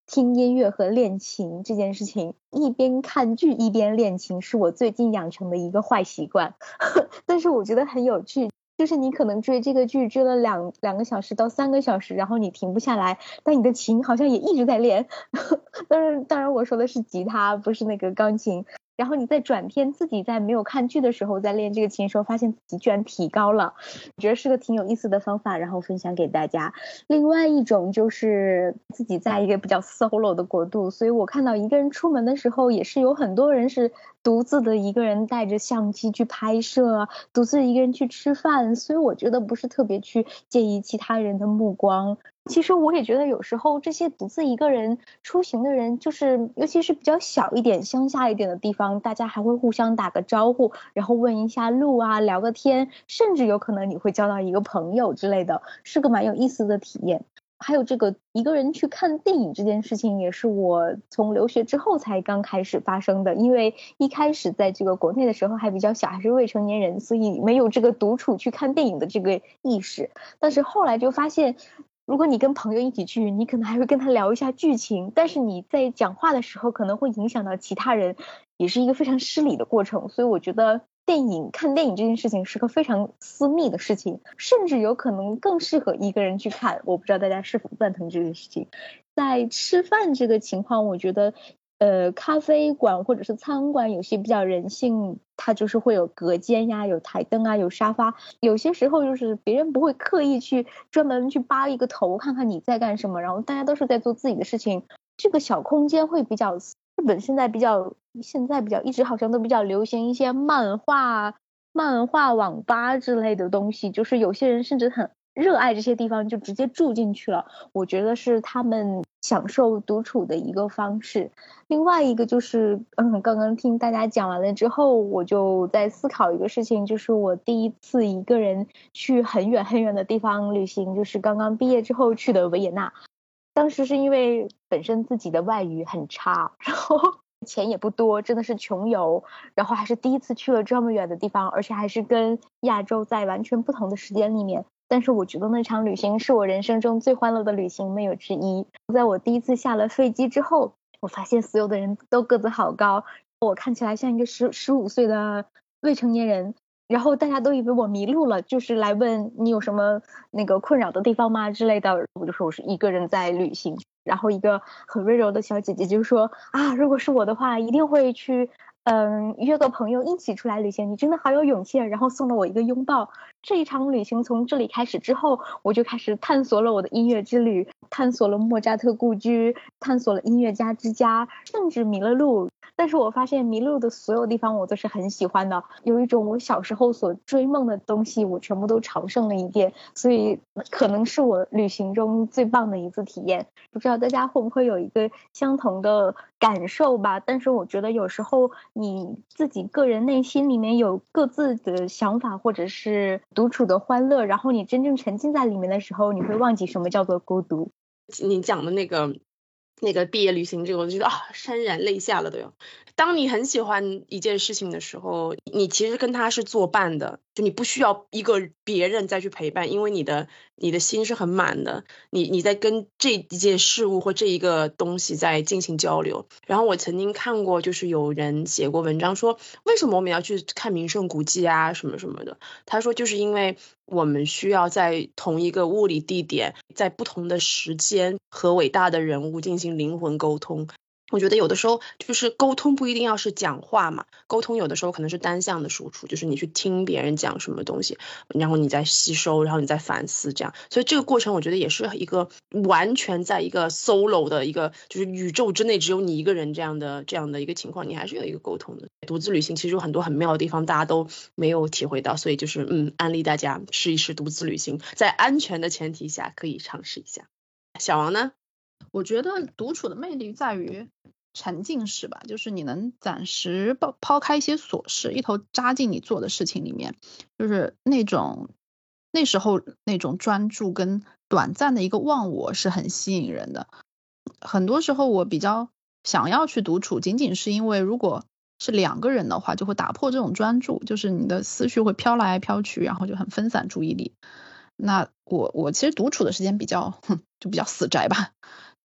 听音乐和练琴这件事情，一边看剧一边练琴是我最近养成的一个坏习惯，但是我觉得很有趣。就是你可能追这个剧追了两个小时到3个小时，然后你停不下来，但你的琴好像也一直在练。当然我说的是吉他，不是那个钢琴。然后你在转天自己在没有看剧的时候在练这个琴的时候，发现自己居然提高了，我觉得是个挺有意思的方法，然后分享给大家。另外一种就是自己在一个比较 solo 的国度，所以我看到一个人出门的时候，也是有很多人是独自的一个人带着相机去拍摄，独自一个人去吃饭，所以我觉得不是特别去介意其他人的目光。其实我也觉得有时候这些独自一个人出行的人，就是尤其是比较小一点乡下一点的地方，大家还会互相打个招呼，然后问一下路啊，聊个天，甚至有可能你会交到一个朋友之类的，是个蛮有意思的体验。还有这个一个人去看电影这件事情，也是我从留学之后才刚开始发生的。因为一开始在这个国内的时候还比较小，还是未成年人，所以没有这个独处去看电影的这个意识。但是后来就发现，如果你跟朋友一起去，你可能还会跟他聊一下剧情，但是你在讲话的时候可能会影响到其他人，也是一个非常失礼的过程。所以我觉得看电影这件事情是个非常私密的事情，甚至有可能更适合一个人去看。我不知道大家是否赞同这件事情。在吃饭这个情况，我觉得咖啡馆或者是餐馆有些比较人性，它就是会有隔间呀，有台灯啊，有沙发，有些时候就是别人不会刻意去专门去扒一个头看看你在干什么，然后大家都是在做自己的事情，这个小空间会比较，日本现在比较一直好像都比较流行一些漫画网吧之类的东西，就是有些人甚至很热爱这些地方，就直接住进去了。我觉得是他们享受独处的一个方式。另外一个就是刚刚听大家讲完了之后，我就在思考一个事情，就是我第一次一个人去很远很远的地方旅行，就是刚刚毕业之后去的维也纳。当时是因为本身自己的外语很差，然后钱也不多，真的是穷游，然后还是第一次去了这么远的地方，而且还是跟亚洲在完全不同的时间里面。但是我觉得那场旅行是我人生中最欢乐的旅行，没有之一。在我第一次下了飞机之后，我发现所有的人都个子好高，我看起来像一个15岁的未成年人，然后大家都以为我迷路了，就是来问你有什么那个困扰的地方吗之类的。我就说我是一个人在旅行，然后一个很温柔的小姐姐就说啊，如果是我的话一定会去约个朋友一起出来旅行，你真的好有勇气啊，然后送了我一个拥抱。这一场旅行从这里开始之后，我就开始探索了我的音乐之旅，探索了莫扎特故居，探索了音乐家之家，甚至迷了路。但是我发现迷路的所有地方我都是很喜欢的，有一种我小时候所追梦的东西我全部都朝圣了一遍，所以可能是我旅行中最棒的一次体验。不知道大家会不会有一个相同的感受吧，但是我觉得有时候你自己个人内心里面有各自的想法，或者是独处的欢乐，然后你真正沉浸在里面的时候，你会忘记什么叫做孤独。 你讲的那个毕业旅行这个，我就觉得潸然泪下了都有。当你很喜欢一件事情的时候，你其实跟他是作伴的，就你不需要一个别人再去陪伴，因为你的心是很满的，你在跟这一件事物或这一个东西在进行交流。然后我曾经看过，就是有人写过文章说，为什么我们要去看名胜古迹啊什么什么的，他说就是因为我们需要在同一个物理地点，在不同的时间和伟大的人物进行灵魂沟通。我觉得有的时候就是沟通不一定要是讲话嘛，沟通有的时候可能是单向的输出，就是你去听别人讲什么东西，然后你再吸收，然后你再反思这样。所以这个过程我觉得也是一个完全在一个 solo 的一个就是宇宙之内只有你一个人这样的一个情况，你还是有一个沟通的。独自旅行其实有很多很妙的地方大家都没有体会到，所以就是安利大家试一试独自旅行，在安全的前提下可以尝试一下。小王呢？ 我觉得独处的魅力在于沉浸式吧，就是你能暂时抛开一些琐事，一头扎进你做的事情里面，就是那时候那种专注跟短暂的一个忘我是很吸引人的。很多时候我比较想要去独处，仅仅是因为如果是2个人的话，就会打破这种专注，就是你的思绪会飘来飘去，然后就很分散注意力。那我其实独处的时间就比较死宅吧，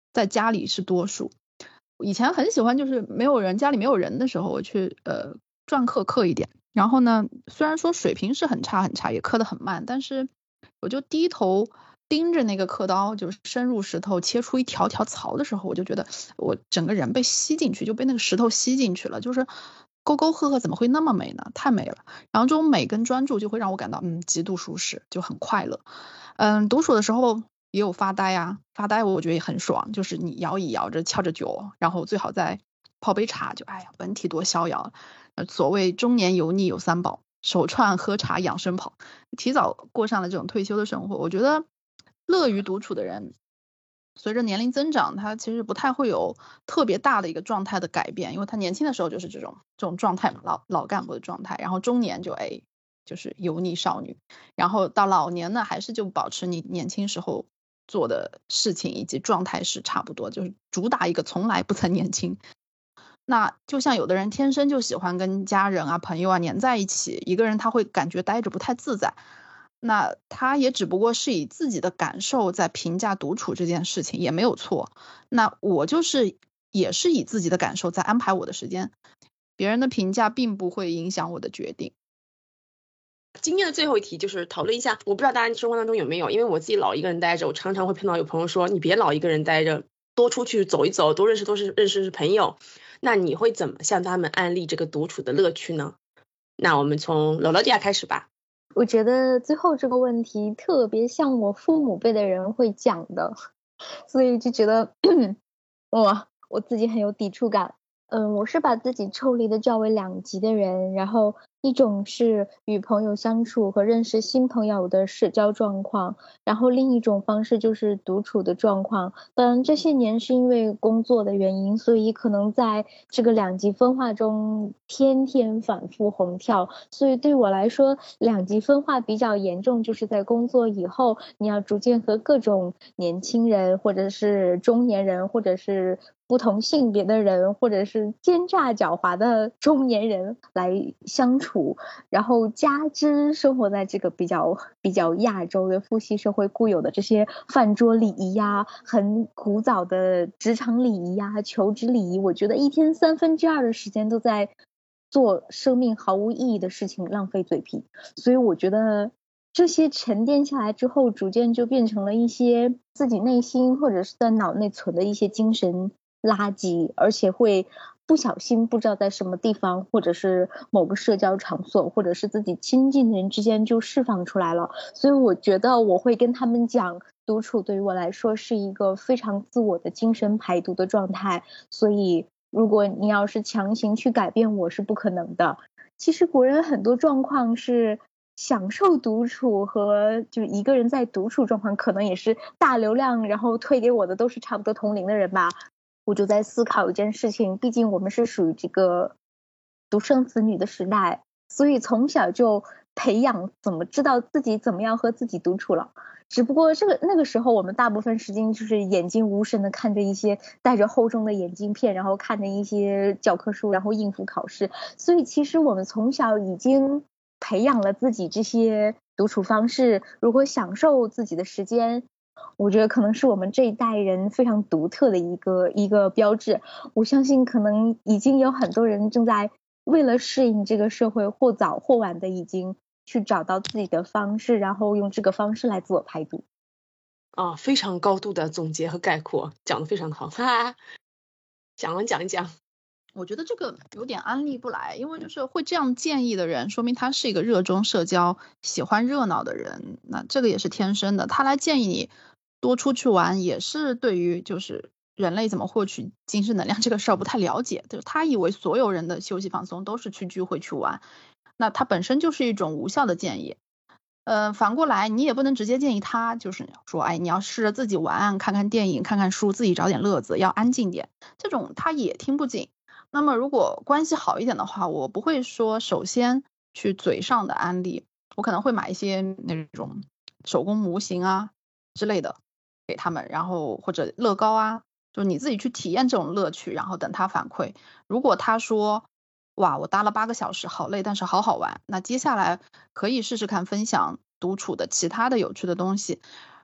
在家里是多数。以前很喜欢就是没有人，家里没有人的时候，我去篆刻刻一点。然后呢，虽然说水平是很差很差，也刻得很慢，但是我就低头盯着那个刻刀，就是深入石头切出一条条槽的时候，我就觉得我整个人被吸进去，就被那个石头吸进去了，就是沟沟壑壑怎么会那么美呢？太美了。然后这种美跟专注就会让我感到极度舒适，就很快乐。独处的时候也有发呆啊，发呆我觉得也很爽，就是你摇一摇着翘着酒，然后最好再泡杯茶，就哎呀本体多逍遥。所谓中年油腻有三宝，手串喝茶养生跑，提早过上了这种退休的生活。我觉得乐于独处的人随着年龄增长，他其实不太会有特别大的一个状态的改变，因为他年轻的时候就是这种状态嘛，老干部的状态，然后中年就是油腻少女，然后到老年呢还是就保持你年轻时候做的事情以及状态是差不多，就是主打一个从来不曾年轻。那就像有的人天生就喜欢跟家人啊朋友啊黏在一起，一个人他会感觉待着不太自在，那他也只不过是以自己的感受在评价独处这件事情，也没有错。那我也是以自己的感受在安排我的时间，别人的评价并不会影响我的决定。 今天的最后一题就是讨论一下，我不知道大家生活当中有没有，因为我自己老一个人待着，我常常会碰到有朋友说你别老一个人待着，多出去走一走，多认识朋友。那你会怎么向他们安利这个独处的乐趣呢？那我们从罗罗迪亚开始吧。 我觉得最后这个问题特别像我父母辈的人会讲的，所以就觉得我自己很有抵触感。我是把自己抽离的较为两极的人，然后一种是与朋友相处和认识新朋友的社交状况，然后另一种方式就是独处的状况。当然这些年是因为工作的原因，所以可能在这个两极分化中天天反复横跳，所以对我来说两极分化比较严重，就是在工作以后你要逐渐和各种年轻人或者是中年人或者是不同性别的人或者是奸诈狡猾的中年人来相处，然后加之生活在这个比较亚洲的父系社会固有的这些饭桌礼仪呀，很古早的职场礼仪呀，求职礼仪，我觉得一天2/3的时间都在做生命毫无意义的事情，浪费嘴皮。所以我觉得这些沉淀下来之后，逐渐就变成了一些自己内心或者是在脑内存的一些精神垃圾，而且会不小心不知道在什么地方或者是某个社交场所或者是自己亲近的人之间就释放出来了。所以我觉得我会跟他们讲，独处对于我来说是一个非常自我的精神排毒的状态，所以如果你要是强行去改变我是不可能的。其实国人很多状况是享受独处和就是一个人在独处状况，可能也是大流量然后推给我的都是差不多同龄的人吧。我就在思考一件事情，毕竟我们是属于这个独生子女的时代，所以从小就培养怎么知道自己怎么样和自己独处了。只不过那个时候我们大部分时间就是眼睛无神的看着一些戴着厚重的眼镜片，然后看着一些教科书，然后应付考试。所以其实我们从小已经培养了自己这些独处方式，如何享受自己的时间，我觉得可能是我们这一代人非常独特的一个标志。我相信可能已经有很多人正在为了适应这个社会，或早或晚的已经去找到自己的方式，然后用这个方式来自我排毒。 非常高度的总结和概括，讲得非常好，哈哈。讲一讲。 我觉得这个有点安利不来，因为就是会这样建议的人，说明他是一个热衷社交、喜欢热闹的人。那这个也是天生的，他来建议你多出去玩，也是对于就是人类怎么获取精神能量这个事儿不太了解，就是他以为所有人的休息放松都是去聚会去玩，那他本身就是一种无效的建议。反过来你也不能直接建议他，就是说你要试着自己玩，看看电影，看看书，自己找点乐子，要安静点，这种他也听不进。那么如果关系好一点的话，我不会说首先去嘴上的安利，我可能会买一些那种手工模型啊之类的给他们，然后或者乐高啊，就你自己去体验这种乐趣，然后等他反馈。如果他说哇我搭了8个小时好累，但是好好玩，那接下来可以试试看分享独处的其他的有趣的东西。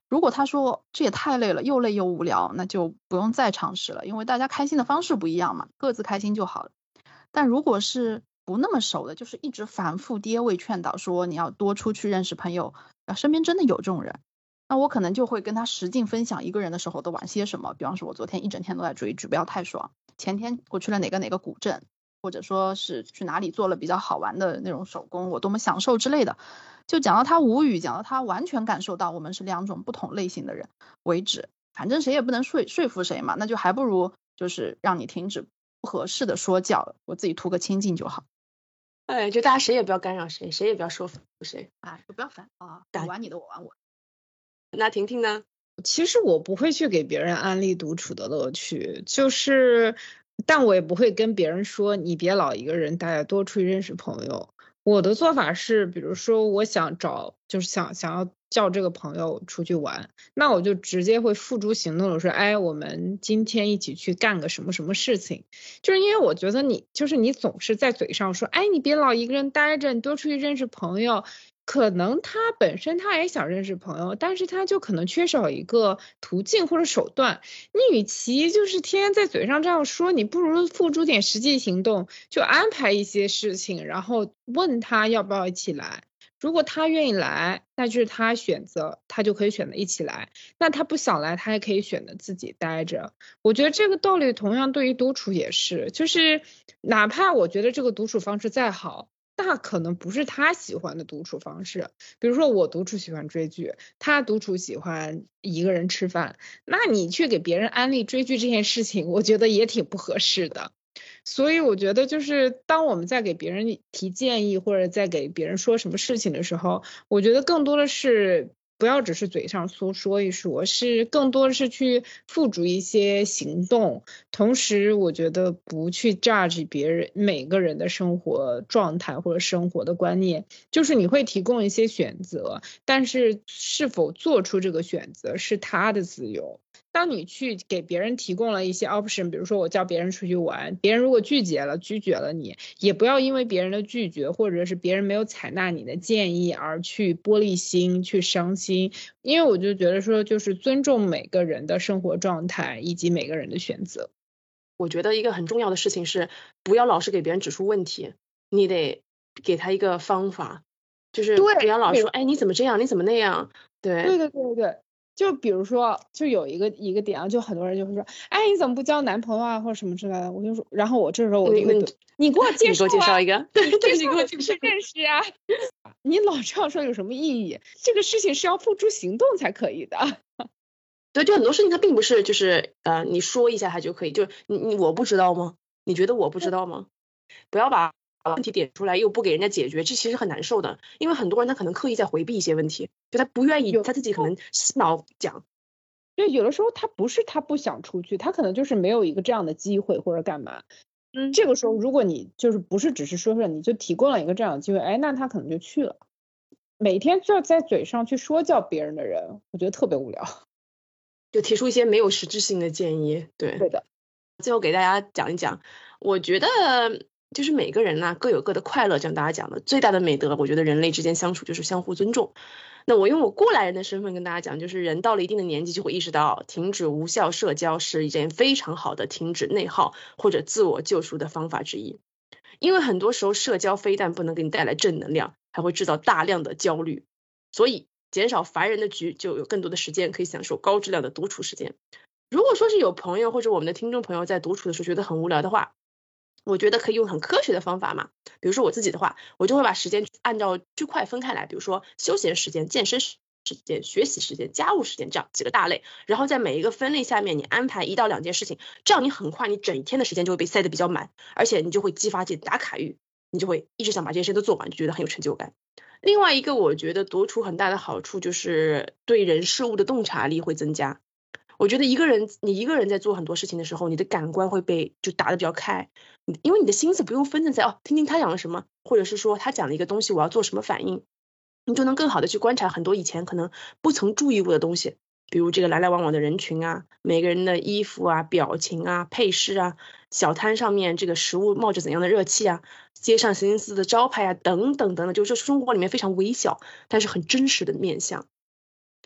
如果他说这也太累了，又累又无聊，那就不用再尝试了，因为大家开心的方式不一样嘛，各自开心就好了。但如果是不那么熟的，就是一直反复爹味劝导说你要多出去认识朋友，身边真的有这种人，那我可能就会跟他实境分享一个人的时候都玩些什么。比方说我昨天一整天都在追剧，不要太爽，前天我去了哪个古镇，或者说是去哪里做了比较好玩的那种手工，我多么享受之类的，就讲到他无语，讲到他完全感受到我们是两种不同类型的人为止。反正谁也不能说服谁嘛，那就还不如就是让你停止不合适的说教，我自己图个清静就好。 哎，就大家谁也不要干扰谁，谁也不要说服谁， 哎，就不要烦啊，你玩你的，我玩我的。 那婷婷呢？ 其实我不会去给别人安利独处的乐趣，但我也不会跟别人说你别老一个人待着，多出去认识朋友。我的做法是，比如说我想要叫这个朋友出去玩，那我就直接会付诸行动的说，哎，我们今天一起去干个什么什么事情。就是因为我觉得你总是在嘴上说，哎，你别老一个人待着，你多出去认识朋友。可能他本身他也想认识朋友，但是他就可能缺少一个途径或者手段。你与其就是天天在嘴上这样说，你不如付诸点实际行动，就安排一些事情，然后问他要不要一起来。如果他愿意来，那就是他选择，他就可以选择一起来。那他不想来，他也可以选择自己待着。我觉得这个道理同样对于独处也是，就是哪怕我觉得这个独处方式再好，那可能不是他喜欢的独处方式。比如说我独处喜欢追剧，他独处喜欢一个人吃饭，那你去给别人安利追剧这件事情，我觉得也挺不合适的。所以我觉得就是当我们在给别人提建议或者在给别人说什么事情的时候，我觉得更多的是不要只是嘴上说一说，是更多的是去付诸一些行动。同时我觉得不去 judge 别人每个人的生活状态或者生活的观念，就是你会提供一些选择，但是是否做出这个选择是他的自由。当你去给别人提供了一些 option， 比如说我叫别人出去玩，别人如果拒绝了你，也不要因为别人的拒绝或者是别人没有采纳你的建议而去玻璃心去伤心。因为我就觉得说就是尊重每个人的生活状态以及每个人的选择。 我觉得一个很重要的事情是不要老是给别人指出问题，你得给他一个方法，就是不要老说哎你怎么这样你怎么那样。对， 就比如说就有一个点啊，就很多人就会说哎你怎么不交男朋友啊或者什么之类的，我就说，然后我这时候我就会你给我介绍一个，对，你给我介绍认识啊。你老这样说有什么意义？这个事情是要付诸行动才可以的。 对，就很多事情它并不是就是你说一下它就可以，就我不知道吗？你觉得我不知道吗？不要把问题点出来又不给人家解决，这其实很难受的。因为很多人他可能刻意在回避一些问题，就他不愿意，他自己可能洗脑讲。 对，有的时候他不是他不想出去，他可能就是没有一个这样的机会或者干嘛。这个时候如果你就是不是只是说你就提供了一个这样的机会，哎，那他可能就去了。每天就要在嘴上去说教别人的人，我觉得特别无聊。 就提出一些没有实质性的建议。对的。 最后给大家讲一讲，我觉得就是每个人各有各的快乐，像大家讲的最大的美德，我觉得人类之间相处就是相互尊重。那我用我过来人的身份跟大家讲，就是人到了一定的年纪就会意识到停止无效社交是一件非常好的停止内耗或者自我救赎的方法之一。因为很多时候社交非但不能给你带来正能量，还会制造大量的焦虑，所以减少烦人的局，就有更多的时间可以享受高质量的独处时间。如果说是有朋友或者我们的听众朋友在独处的时候觉得很无聊的话，我觉得可以用很科学的方法嘛。比如说我自己的话，我就会把时间按照区块分开来，比如说休闲时间、健身时间、学习时间、家务时间，这样几个大类，然后在每一个分类下面你安排1到2件事情，这样你很快你整一天的时间就会被塞得比较满，而且你就会激发自己打卡欲，你就会一直想把这些事都做完，就觉得很有成就感。另外一个我觉得独处很大的好处就是对人事物的洞察力会增加。我觉得你一个人在做很多事情的时候，你的感官会被就打得比较开，因为你的心思不用分散在听听他讲了什么，或者是说他讲了一个东西我要做什么反应，你就能更好的去观察很多以前可能不曾注意过的东西，比如这个来来往往的人群啊，每个人的衣服啊、表情啊、配饰啊，小摊上面这个食物冒着怎样的热气啊，街上形形色色的招牌啊，等等等等，就是生活里面非常微小但是很真实的面向。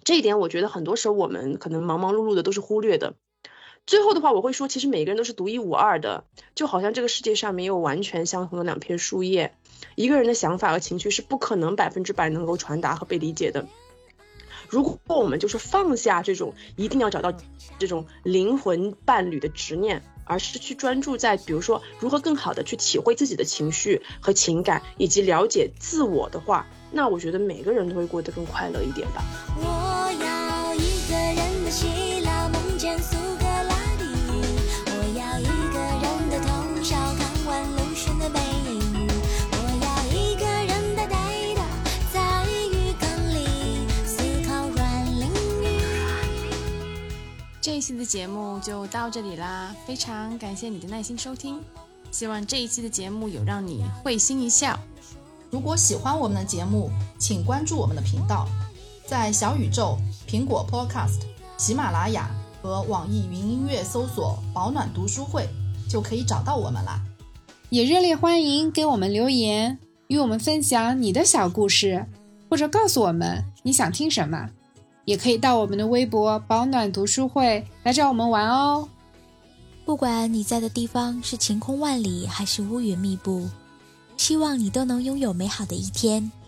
这一点我觉得很多时候我们可能忙忙碌碌的都是忽略的。最后的话我会说，其实每个人都是独一无二的，就好像这个世界上没有完全相同的两片树叶，一个人的想法和情绪是不可能100%能够传达和被理解的。如果我们就是放下这种一定要找到这种灵魂伴侣的执念，而是去专注在比如说如何更好的去体会自己的情绪和情感，以及了解自我的话，那我觉得每个人都会过得更快乐一点吧。 我要一个人的希腊梦见苏格拉底，我要一个人的通宵看完鲁迅的背影，我要一个人呆呆的在浴缸里思考软淋雨。 这一期的节目就到这里啦，非常感谢你的耐心收听，希望这一期的节目有让你会心一笑。 如果喜欢我们的节目，请关注我们的频道，在小宇宙、苹果 Podcast、喜马拉雅和网易云音乐搜索保暖读书会就可以找到我们啦。 也热烈欢迎给我们留言，与我们分享你的小故事，或者告诉我们你想听什么。也可以到我们的微博保暖读书会来找我们玩哦。 不管你在的地方是晴空万里还是乌云密布，希望你都能拥有美好的一天。